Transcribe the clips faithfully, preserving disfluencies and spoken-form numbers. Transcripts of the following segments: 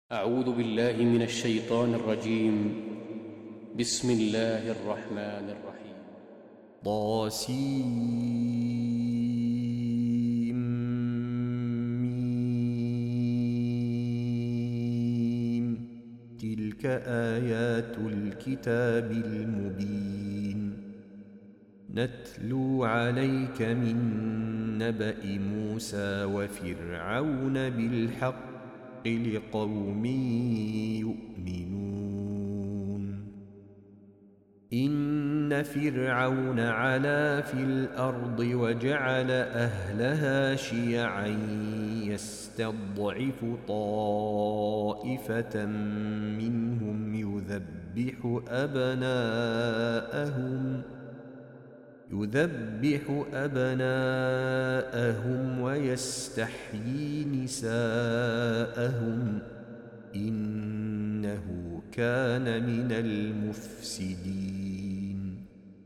أعوذ بالله من الشيطان الرجيم. بسم الله الرحمن الرحيم. طاسيم. تلك آيات الكتاب المبين نتلو عليك من نبأ موسى وفرعون بالحق لقوم يؤمنون. إن فرعون علا في الأرض وجعل أهلها شيعا يستضعف طائفة منهم يذبح أبناءهم يذبح أبناءهم ويستحيي نساءهم إنه كان من المفسدين.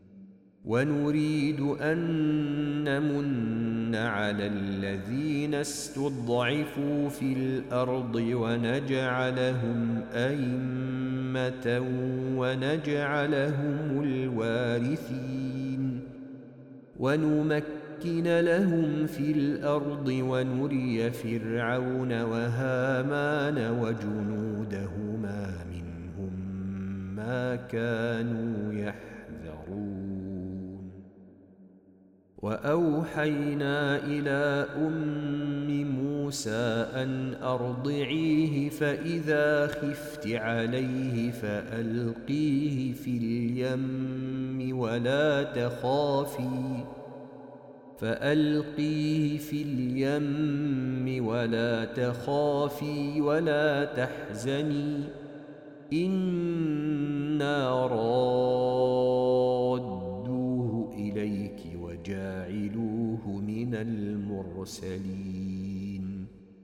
ونريد أن نمن على الذين استضعفوا في الأرض ونجعلهم أئمة ونجعلهم الوارثين ونمكن لهم في الأرض ونري فرعون وهامان وجنودهما منهم ما كانوا يحذرون. وأوحينا إلى أم موسى أن أرضعيه فإذا خفت عليه فألقيه في اليم ولا تخافي فألقيه في اليم ولا تخافي ولا تحزني إنا رادوه إليك وجاعلوه من المرسلين.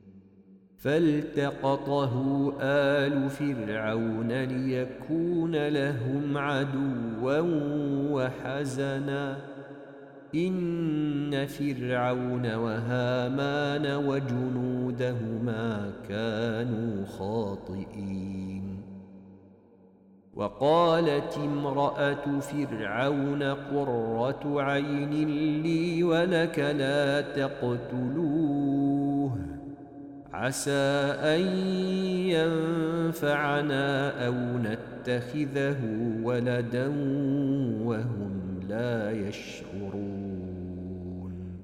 فالتقطه آل فرعون ليكون لهم عدوا وحزنا إن فرعون وهامان وجنودهما كانوا خاطئين. وقالت امرأة فرعون قرة عين لي ولك لا تقتلوه عسى أن ينفعنا أو نتخذه ولدا وهم لا يشعرون.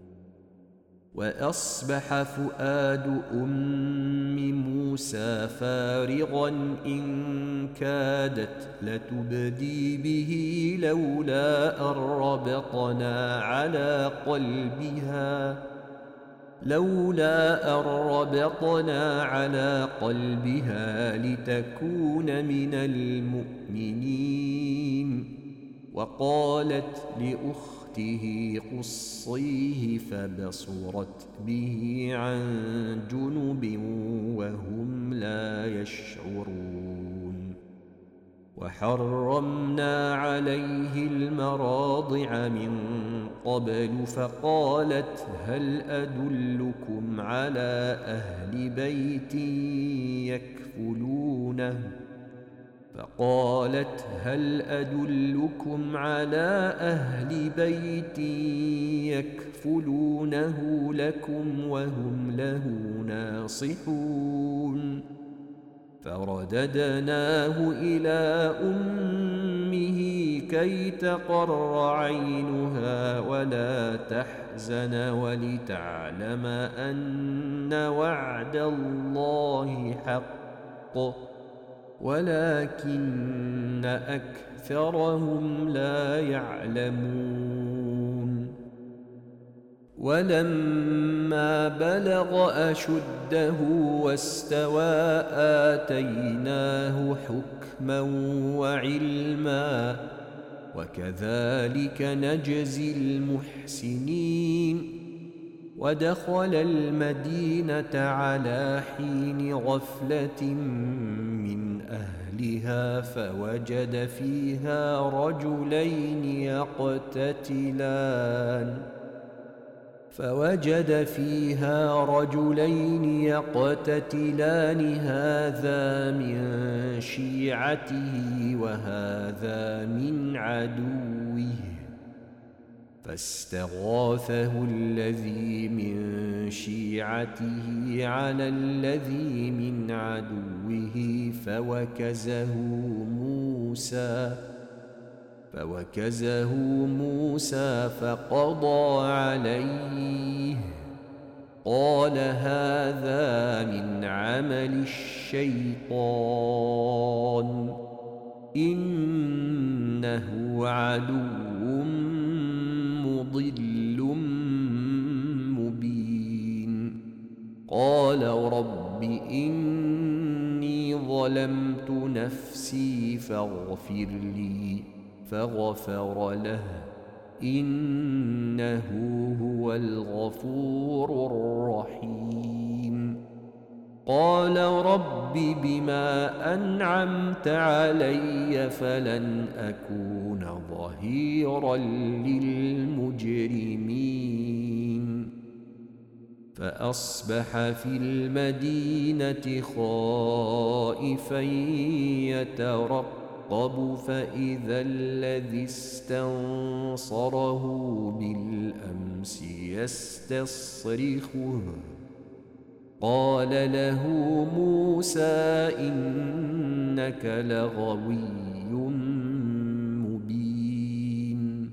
وأصبح فؤاد أم موسى فارغا إن كادت لتبدي به لولا أن ربطنا على قلبها لولا أن ربطنا على قلبها لتكون من المؤمنين. وقالت لأخته قصيه فبصرت به عن جنب وهم لا يشعرون. وحرمنا عليه المراضع من قبل فقالت هل أدلكم على أهل بيت يكفلونه فقالت هل أدلكم على أهل بيت يكفلونه لكم وهم له ناصحون. فرددناه إلى أمه كي تقر عينها ولا تحزن ولتعلم أن وعد الله حق ولكن أكثرهم لا يعلمون. ولما بلغ أشده واستوى آتيناه حكما وعلما وكذلك نجزي المحسنين. ودخل المدينة على حين غفلة من أهلها فوجد فيها رجلين يقتتلان فوجد فيها رجلين يقتتلان هذا من شيعته وهذا من عدوه فاستغاثه الذي من شيعته على الذي من عدوه فوكزه موسى فوكزه موسى فقضى عليه قال هذا من عمل الشيطان إنه عدو مضل مبين قال رب إني ظلمت نفسي فاغفر لي فغفر له إنه هو الغفور الرحيم قال رب بما أنعمت علي فلن أكون ظهيرا للمجرمين فأصبح في المدينة خائفا يترقب فإذا الذي استنصره بالأمس يستصرخه قال له موسى إنك لغوي مبين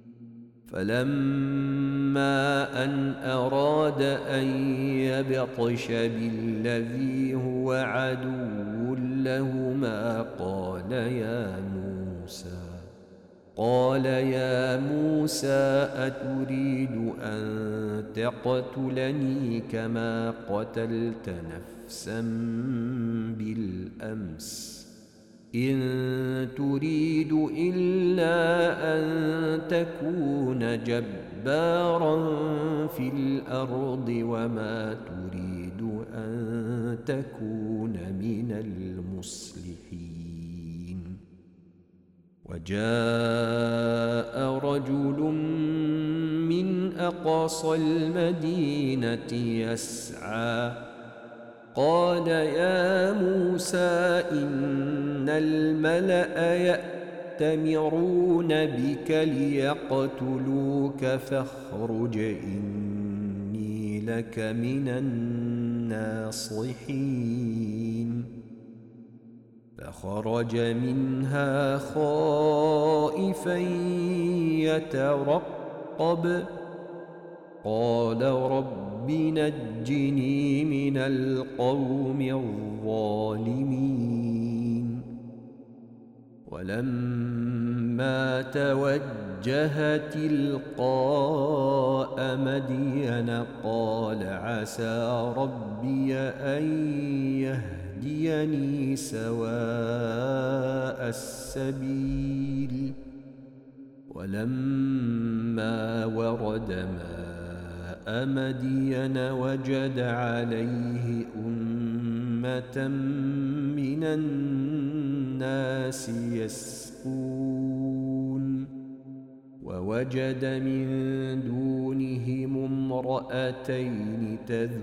فلما أن أراد أن يبطش بالذي هو عدو لهما قال يا موسى قال يا موسى أتريد أن تقتلني كما قتلت نفسا بالأمس إن تريد إلا أن تكون جبارا في الأرض وما تريد أن تكون من المصلحين وجاء رجل من أقصى المدينة يسعى قال يا موسى إن الملأ يأتمرون بك ليقتلوك فاخرج إني لك من الناصحين فخرج منها خائفا يترقب قال رب نجني من القوم الظالمين ولما توجه تلقاء مدين قال عسى ربي أن يهديني سواء السبيل ولما ورد ماء مدين وجد عليه أمة من الناس يسقون ووجد من دونهم امرأتين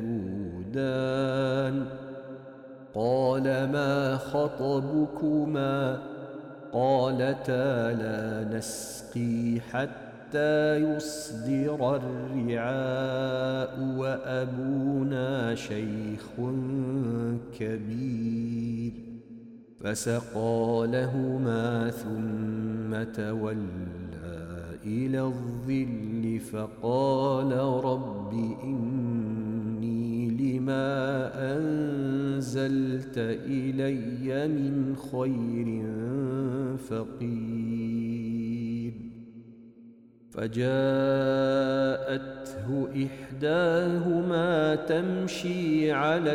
تذودان قال ما خطبكما قالتا لا نسقي حتى يصدر الرعاء وأبونا شيخ كبير فسقى لهما ثم تولى إلى الظل فقال رب إني لما أنزلت إلي من خير فقير فجاءته إحداهما تمشي على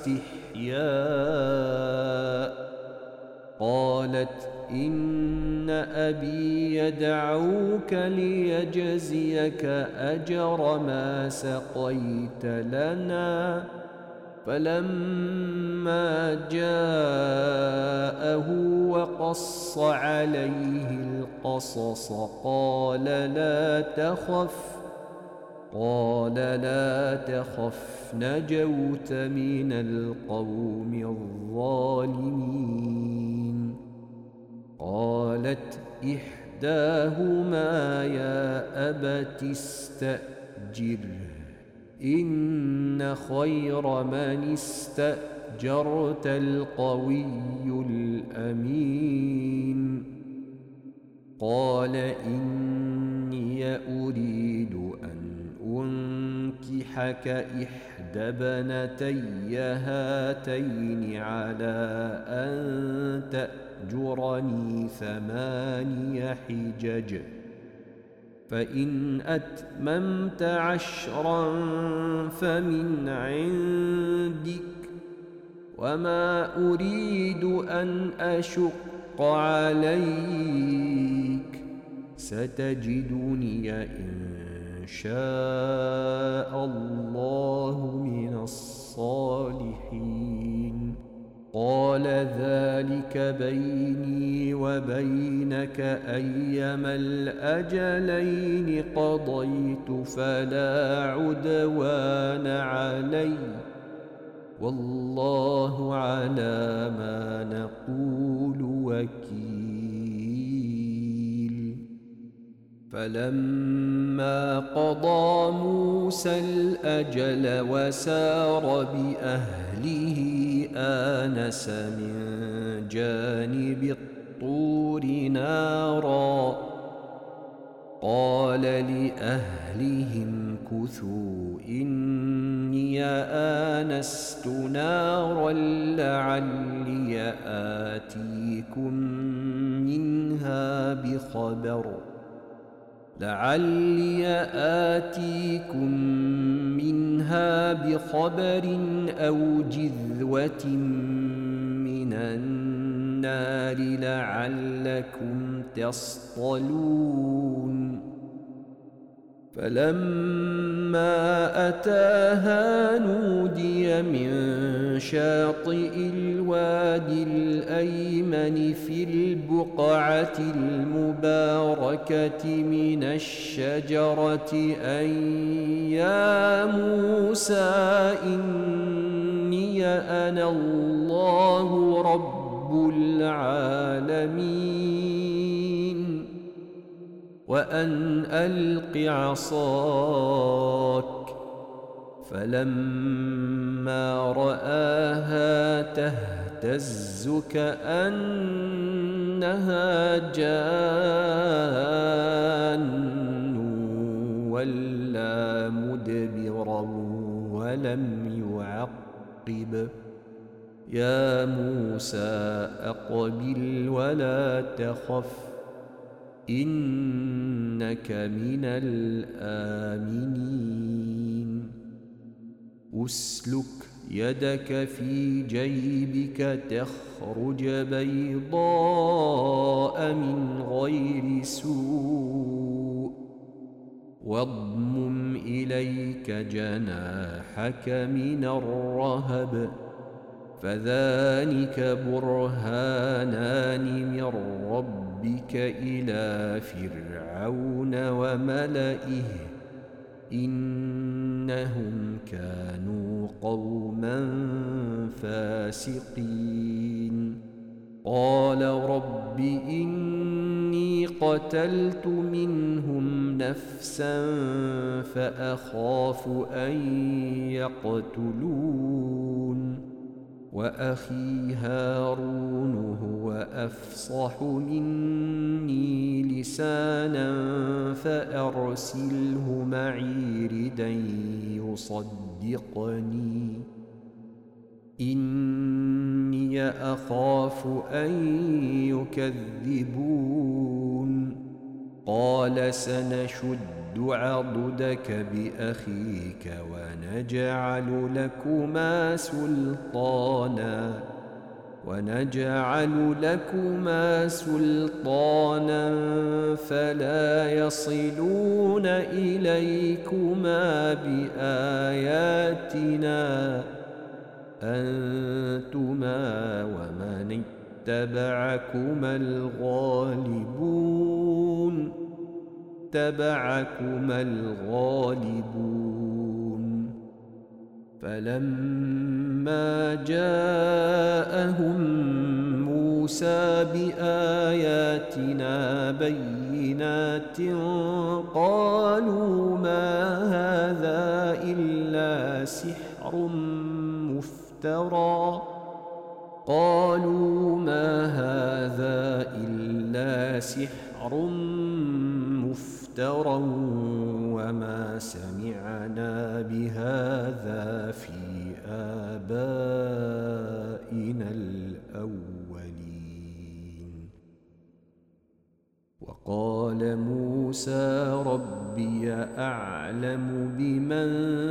استحياء قالت إن أبي يدعوك ليجزيك أجر ما سقيت لنا فلما جاءه وقص عليه القصص قال لا تخف قال لا تخف نجوت من القوم الظالمين. قالت إحداهما يا أبت استأجره إن خير من استأجرت القوي الأمين. قال إني أريد أن أنكحك إحدى ابنتي هاتين على أن تأجرني ثماني حجج فإن أتممت عشرا فمن عندك وما أريد أن أشق عليك ستجدني إن شاء الله من الصالحين. قال ذلك بيني وبينك أيما الأجلين قضيت فلا عدوان علي والله على ما نقول وكيل. فلما قضى موسى الأجل وسار بأهله آنس من جانب الطور نارا قال لأهلهم كثوا إني آنست نارا لعلي آتيكم منها بخبر لعلي آتيكم منها بخبر أو جذوة من النار لعلكم تصطلون. فلما أتاها نودي من شاطئ الوادي الأيمن في البقعة المباركة من الشجرة أن يا موسى إني أنا الله رب العالمين وأن ألق عصاك. فلما رآها تهتز كأنها جان ولا مدبرا ولم يعقب. يا موسى أقبل ولا تخف إنك من الآمنين. أسلك يدك في جيبك تخرج بيضاء من غير سوء واضمم إليك جناحك من الرهب فذلك برهانان من ربك إلى فرعون وملئه إنهم كانوا قوما فاسقين. قال رب إني قتلت منهم نفسا فأخاف أن يقتلون وأخي هارون هو أفصح مني لسانا فأرسله معي ردا يصدقني إني أخاف أن يكذبون. قال سنشد عضدك بأخيك ونجعل لكما سلطانا ونجعل لكما سلطانا فلا يصلون إليكما بآياتنا أنتما ومن اتبعكما الغالبون. اتبعكما الغالبون. فلما جاءهم موسى بآياتنا بينات قالوا ما هذا إلا سحر مفترى قالوا ما هذا إلا سحر مفترى وما سمعنا بهذا في آبائنا الأولين. وقال موسى ربي أعلم بمن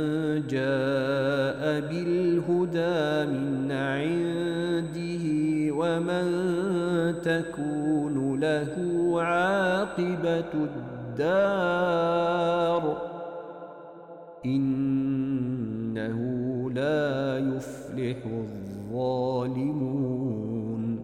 جاء بالهدى من عنده ومن تكون له عاقبة الدار إنه لا يفلح الظالمون.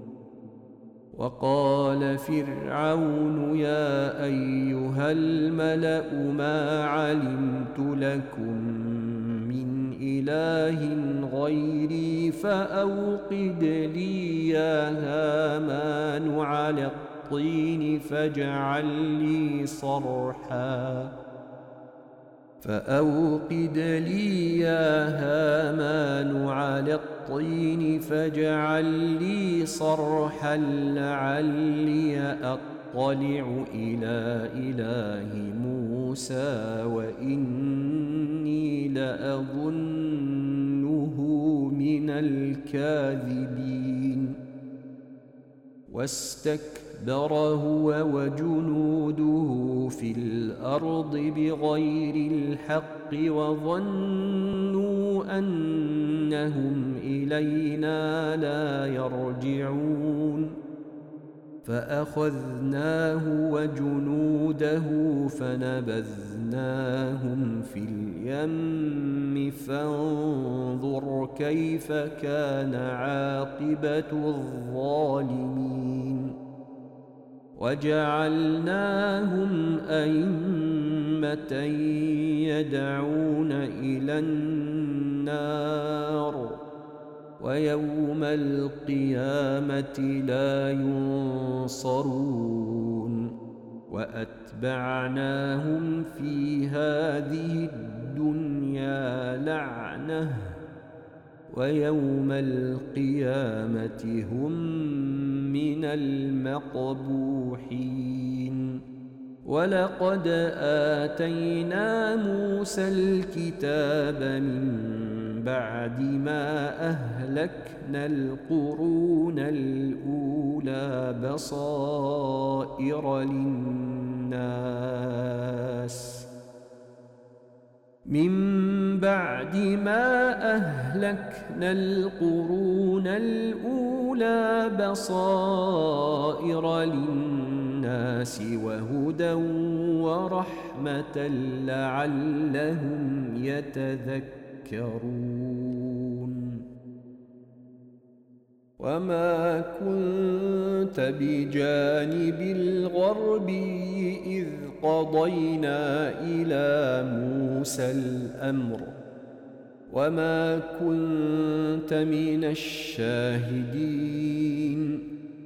وقال فرعون يا أيها الملأ ما علمت لكم من إله غيري فأوقد لي يا هامان على الطين فاجعل لي صرحا فأوقد لي يا هامان على الطين فاجعل لي صرحا لعلي أطلع إلى إله موسى وإني لأظنه من الكاذبين. واستكبر هو وجنوده في الأرض بغير الحق وظنوا أنهم إلينا لا يرجعون. فأخذناه وجنوده فنبذناهم في اليم فانظر كيف كان عاقبة الظالمين. وجعلناهم أئمة يدعون إلى النار ويوم القيامة لا ينصرون. وأتبعناهم في هذه الدنيا لعنة ويوم القيامة هم من المقبوحين. ولقد آتينا موسى الكتاب من بعد ما أهلكنا القرون الأولى بصائر للناس من بعد ما أهلكنا القرون الأولى بصائر للناس وهدى ورحمة لعلهم يتذكرون. وما كنت بجانب الغربي إذ قضينا إلى موسى الأمر وما كنت من الشاهدين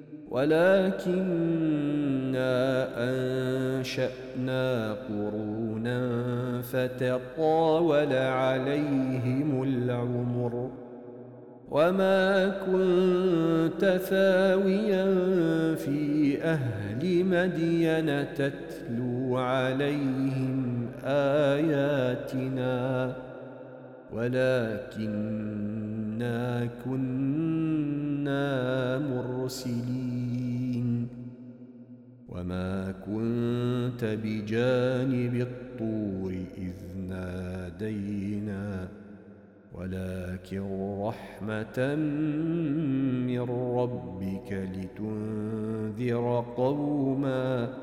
ولكننا أنشأنا قرونا فتطاول عليهم العمر وما كنت ثاويا في أهل مدين تتلو عليهم آياتنا ولكننا كنا مرسلين. وما كنت بجانب الطور إذ نادينا ولكن رحمة من ربك لتنذر قوما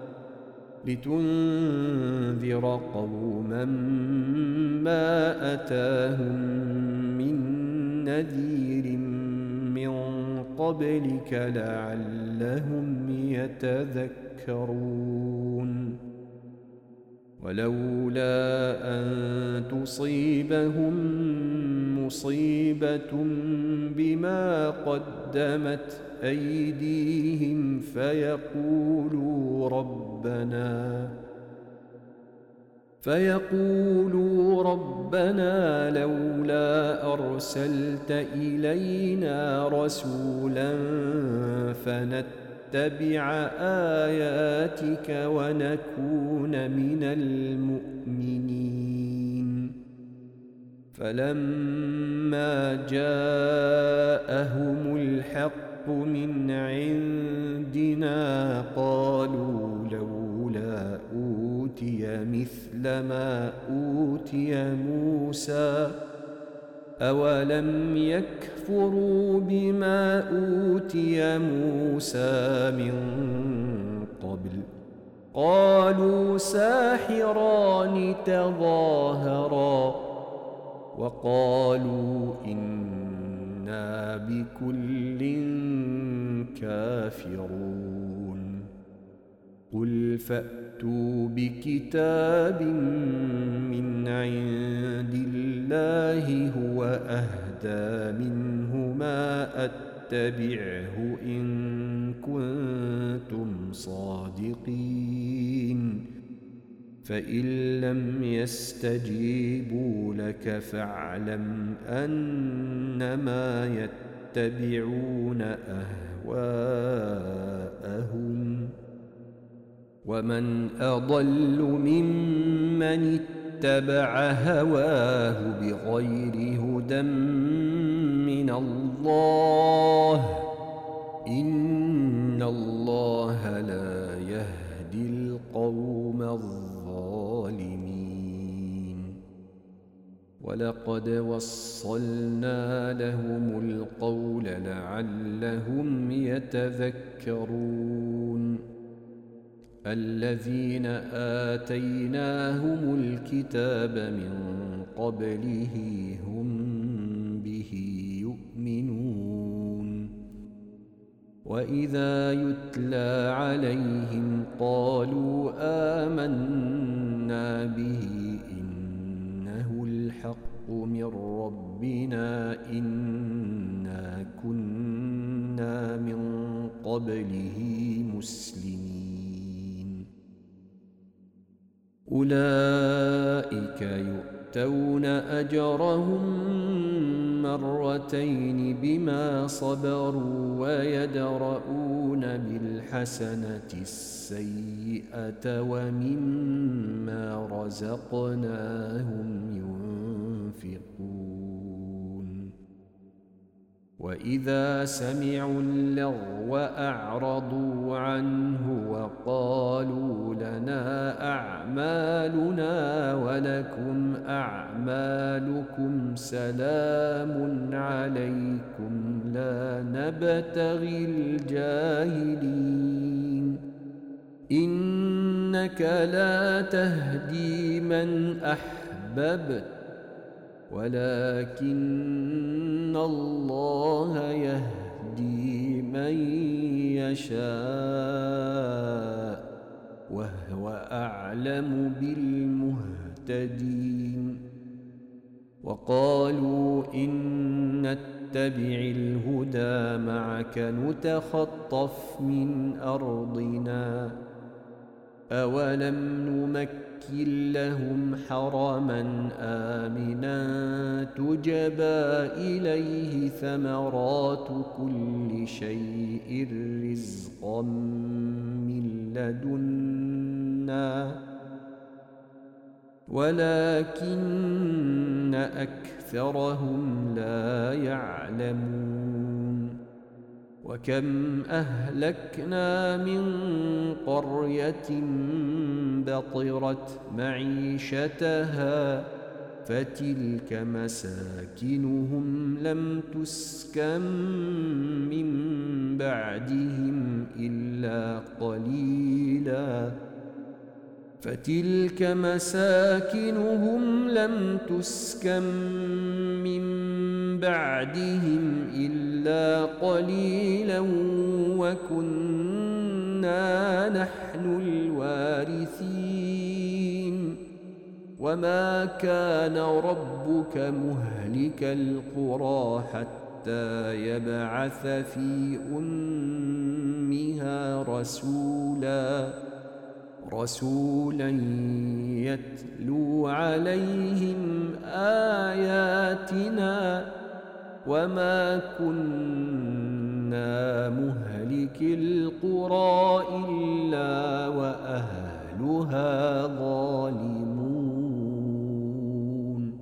لتنذر قوما ما أتاهم من نذير من قبلك لعلهم يتذكرون. ولولا أن تصيبهم مصيبة بما قدمت أيديهم فيقولوا ربنا فيقولوا ربنا لولا أرسلت إلينا رسولا فنتبع آياتك ونكون من المؤمنين. فلما جاءهم الحق من عندنا قالوا لولا أوتي مثل ما أوتي موسى أولم يكفروا بما أوتي موسى من قبل قالوا ساحران تظاهرا وقالوا إنا بكل كافرون. قل فأتوا بكتاب من عند الله هو أهدى منه ما أتبعه إن كنتم صادقين. فإن لم يستجيبوا لك فاعلم أنما يتبعون أهواءهم ومن أضل ممن اتبع هواه بغير هدى من الله إن الله لا يهدي القوم الظالمين. ولقد وصلنا لهم القول لعلهم يتذكرون. الذين آتيناهم الكتاب من قبله هم به يؤمنون. وإذا يتلى عليهم قالوا آمنا به إنه الحق من ربنا إنا كنا من قبله مسلمين. أولئك يؤتون أجرهم مرتين بما صبروا ويدرؤون بالحسنة السيئة ومما رزقناهم ينفقون. وإذا سمعوا اللغو أعرضوا عنه وقالوا لنا أعمالنا ولكم أعمالكم سلام عليكم لا نبتغي الجاهلين. إنك لا تهدي من أحببت ولكن الله يهدي من يشاء وهو أعلم بالمهتدين. وقالوا إن نتبع الهدى معك نتخطف من أرضنا أولم نمكن لهم حرما آمنا تجبى إليه ثمرات كل شيء رزقا من لدنا ولكن أكثرهم لا يعلمون. وكم أهلكنا من قرية بطرت معيشتها فتلك مساكنهم لم تسكن من بعدهم إلا قليلا فتلك مساكنهم لم تسكن من بعدهم إلا قليلا وكنا نحن الوارثين. وما كان ربك مهلك القرى حتى يبعث في أمها رسولا رسولا يتلو عليهم آياتنا وما كنا مهلك القرى إلا وأهلها ظالمون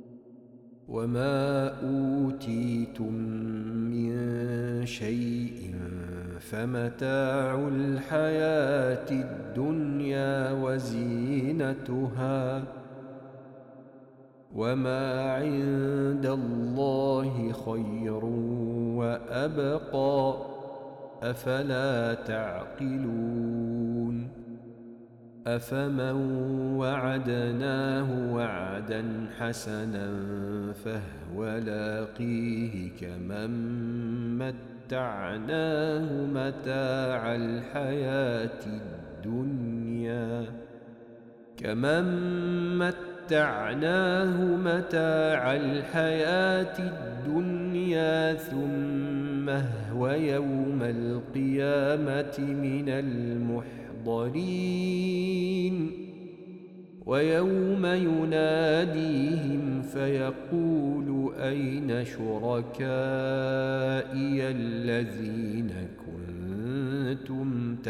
وما أوتيتم من شيء فمتاع الحياة الدنيا وزينتها وما عند الله خير وأبقى أفلا تعقلون أفمن وعدناه وعدا حسنا فهو لاقيه كمن متعناه متاع الحياة الدنيا كمن متعناه متاع الحياة الدنيا ثم هو يوم القيامة من المحضرين ويوم يناديهم فيقول أين شركائي الذين كنتم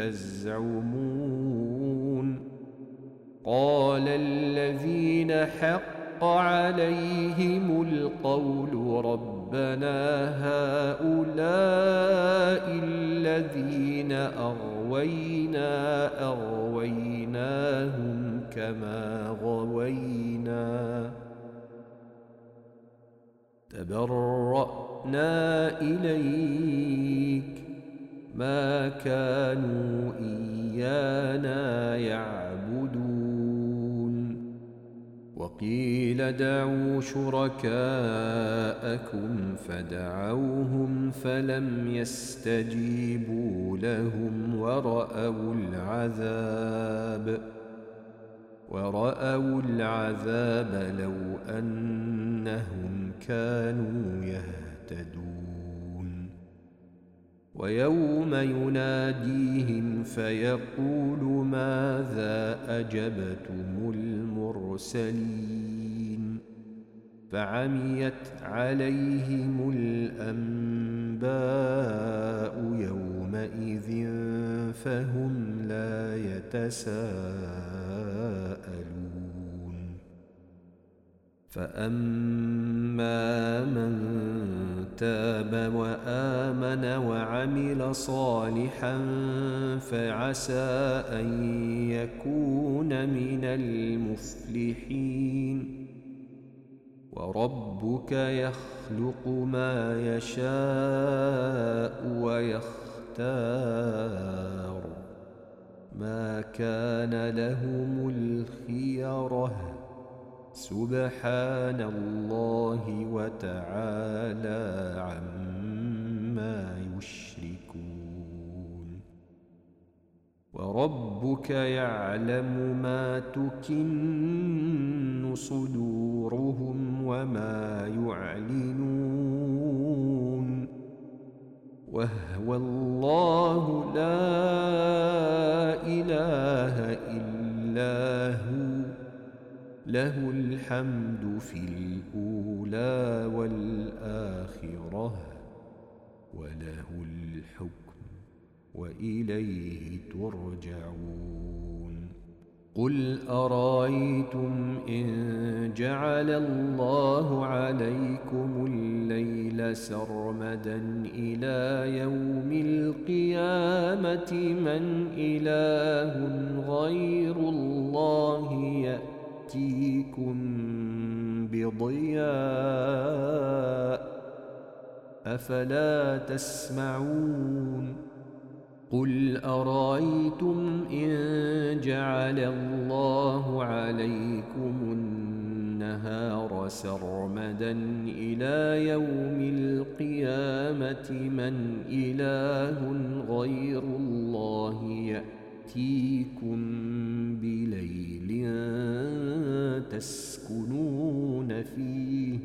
تزعمون قال الذين حق عليهم القول ربنا هؤلاء الذين أغوينا أغويناهم كما غوينا تبرأنا إليك ما كانوا إيانا يعبدون وقيل ادعوا شركاءكم فدعوهم فلم يستجيبوا لهم ورأوا العذاب ورأوا العذاب لو أنهم كانوا يهتدون ويوم يناديهم فيقول ماذا أجبتم المرسلين فعميت عليهم الأنباء يومئذ فهم لا يتساءلون فأما من تاب وآمن وعمل صالحا فعسى أن يكون من المفلحين وربك يخلق ما يشاء ويختار ما كان لهم الخيرة سبحان الله وتعالى عما يشركون وربك يعلم ما تكن صدورهم وما يعلنون وهو الله لا إله إلا هو له الحمد في الأولى والآخرة وله الحكم وإليه ترجعون قل أرأيتم إن جعل الله عليكم الليل سرمدا إلى يوم القيامة من إله غير الله يأتيكم بضياء أفلا تسمعون قل أرأيتم إن جعل الله عليكم النهار سرمدا إلى يوم القيامة من إله غير الله يأتيكم بليل تسكنون فيه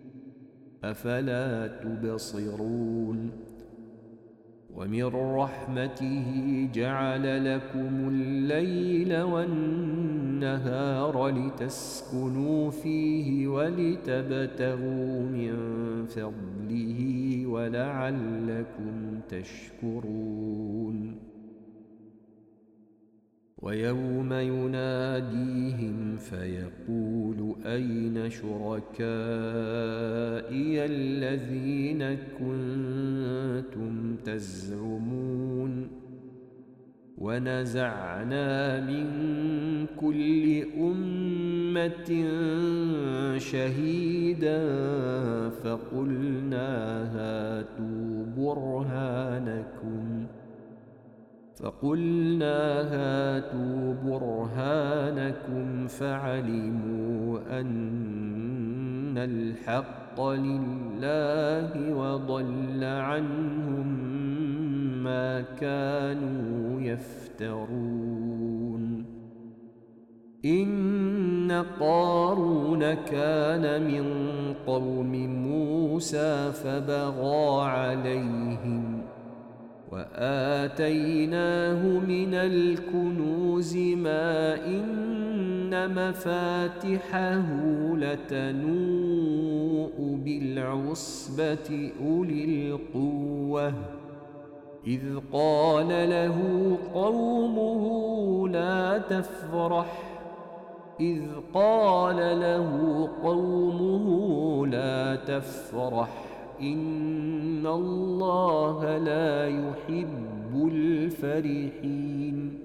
أفلا تبصرون ومن رحمته جعل لكم الليل والنهار لتسكنوا فيه ولتبتغوا من فضله ولعلكم تشكرون ويوم يناديهم فيقول أين شركائي الذين كنتم تزعمون ونزعنا من كل أمة شهيدا فقلنا هاتوا برهانكم فقلنا هاتوا برهانكم فعلموا أن الحق لله وضل عنهم ما كانوا يفترون إن قارون كان من قوم موسى فبغى عليهم وآتيناه من الكنوز ما إن مفاتحه لتنوء بالعصبة أولي القوة إذ قال له قومه لا تفرح إذ قال له قومه لا تفرح إن الله لا يحب الفرحين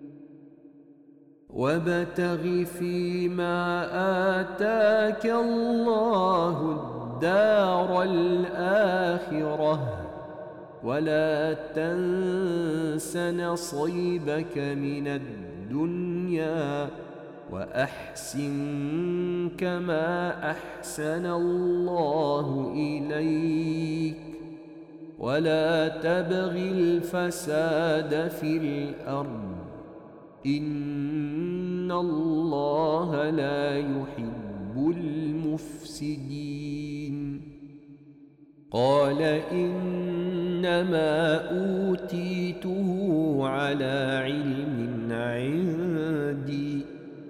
وابتغ فيما آتاك الله الدار الآخرة ولا تنس نصيبك من الدنيا وأحسن كما أحسن الله إليك ولا تبغ الفساد في الأرض إن الله لا يحب المفسدين قال إنما أوتيته على علم عندي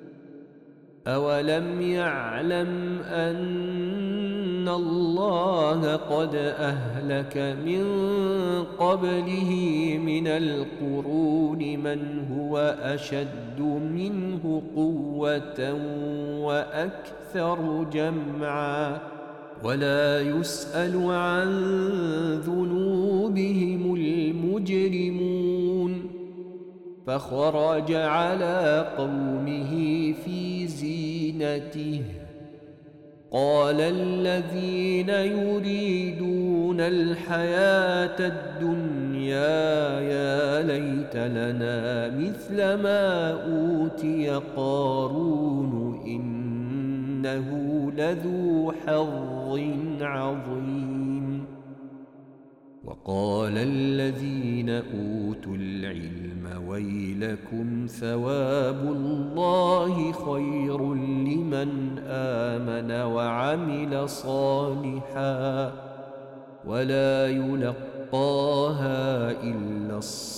أولم يعلم أن الله قد أهلك من قبله من القرون من هو أشد منه قوة وأكثر جمعا ولا يسأل عن ذنوبهم المجرمون فخرج على قومه في زينته قال الذين يريدون الحياة الدنيا يا ليت لنا مثل ما أوتي قارون إنه لذو حظ عظيم وقال الذين أوتوا العلم ويلكم ثواب الله خير لمن آمن وعمل صالحا ولا يلقاها إلا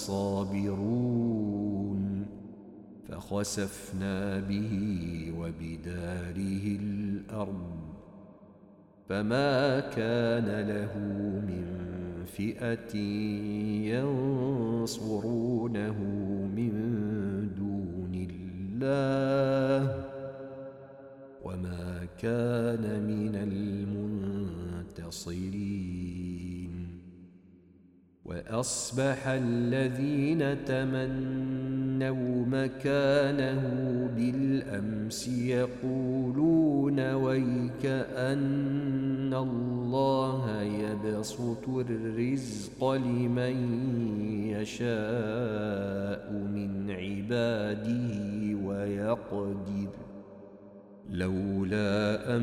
الصابرون فخسفنا به وبداره الأرض فما كان له من فئة ينصرونه من دون الله وما كان من المنتصرين وأصبح الذين تمنوا مكانه بالأمس يقولون ويك أن الله يبسط الرزق لمن يشاء من عباده ويقدر لولا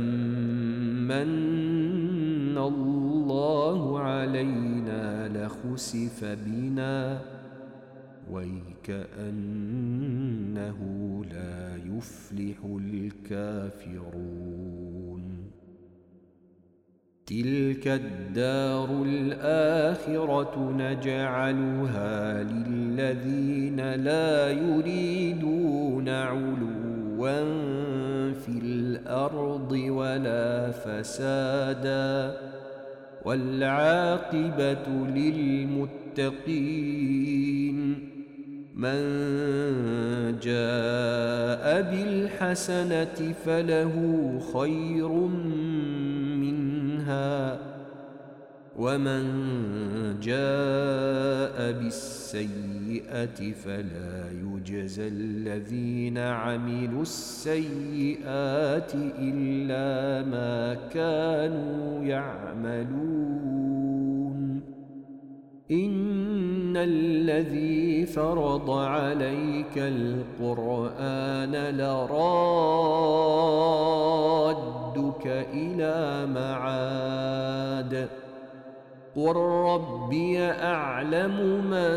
أمن الله علينا لخسف بنا ويكأنه لا يفلح الكافرون. تلك الدار الآخرة نجعلها للذين لا يريدون علوا في الأرض ولا فسادا والعاقبة للمتقين. من جاء بالحسنة فله خير منها ومن جاء بالسيئة فلا يجزى الذين عملوا السيئات إلا ما كانوا يعملون. إن الذي فرض عليك القرآن لرادك إلى معاد قل ربي أعلم من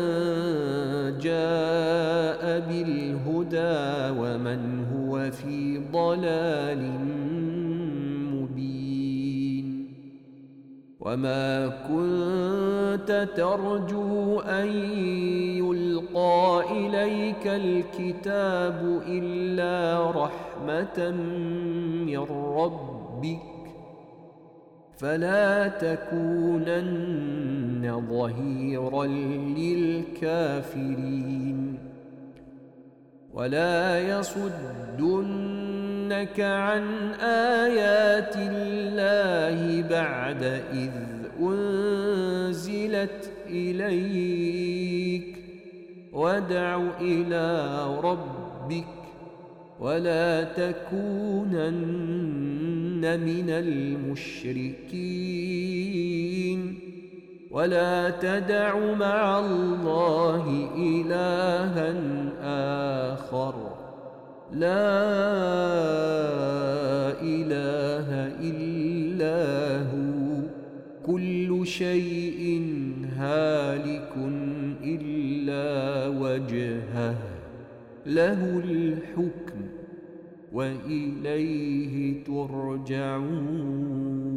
جاء بالهدى ومن هو في ضلال مبين. وما كنت ترجو أن يلقى إليك الكتاب إلا رحمة من ربك فلا تكونن ظهيرا للكافرين. ولا يصدنك عن آيات الله بعد إذ أنزلت إليك وادع إلى ربك ولا تكونن من المشركين. ولا تدع مع الله إلها آخر لا إله إلا هو كل شيء هالك إلا وجهه له الحكم وإليه ترجعون.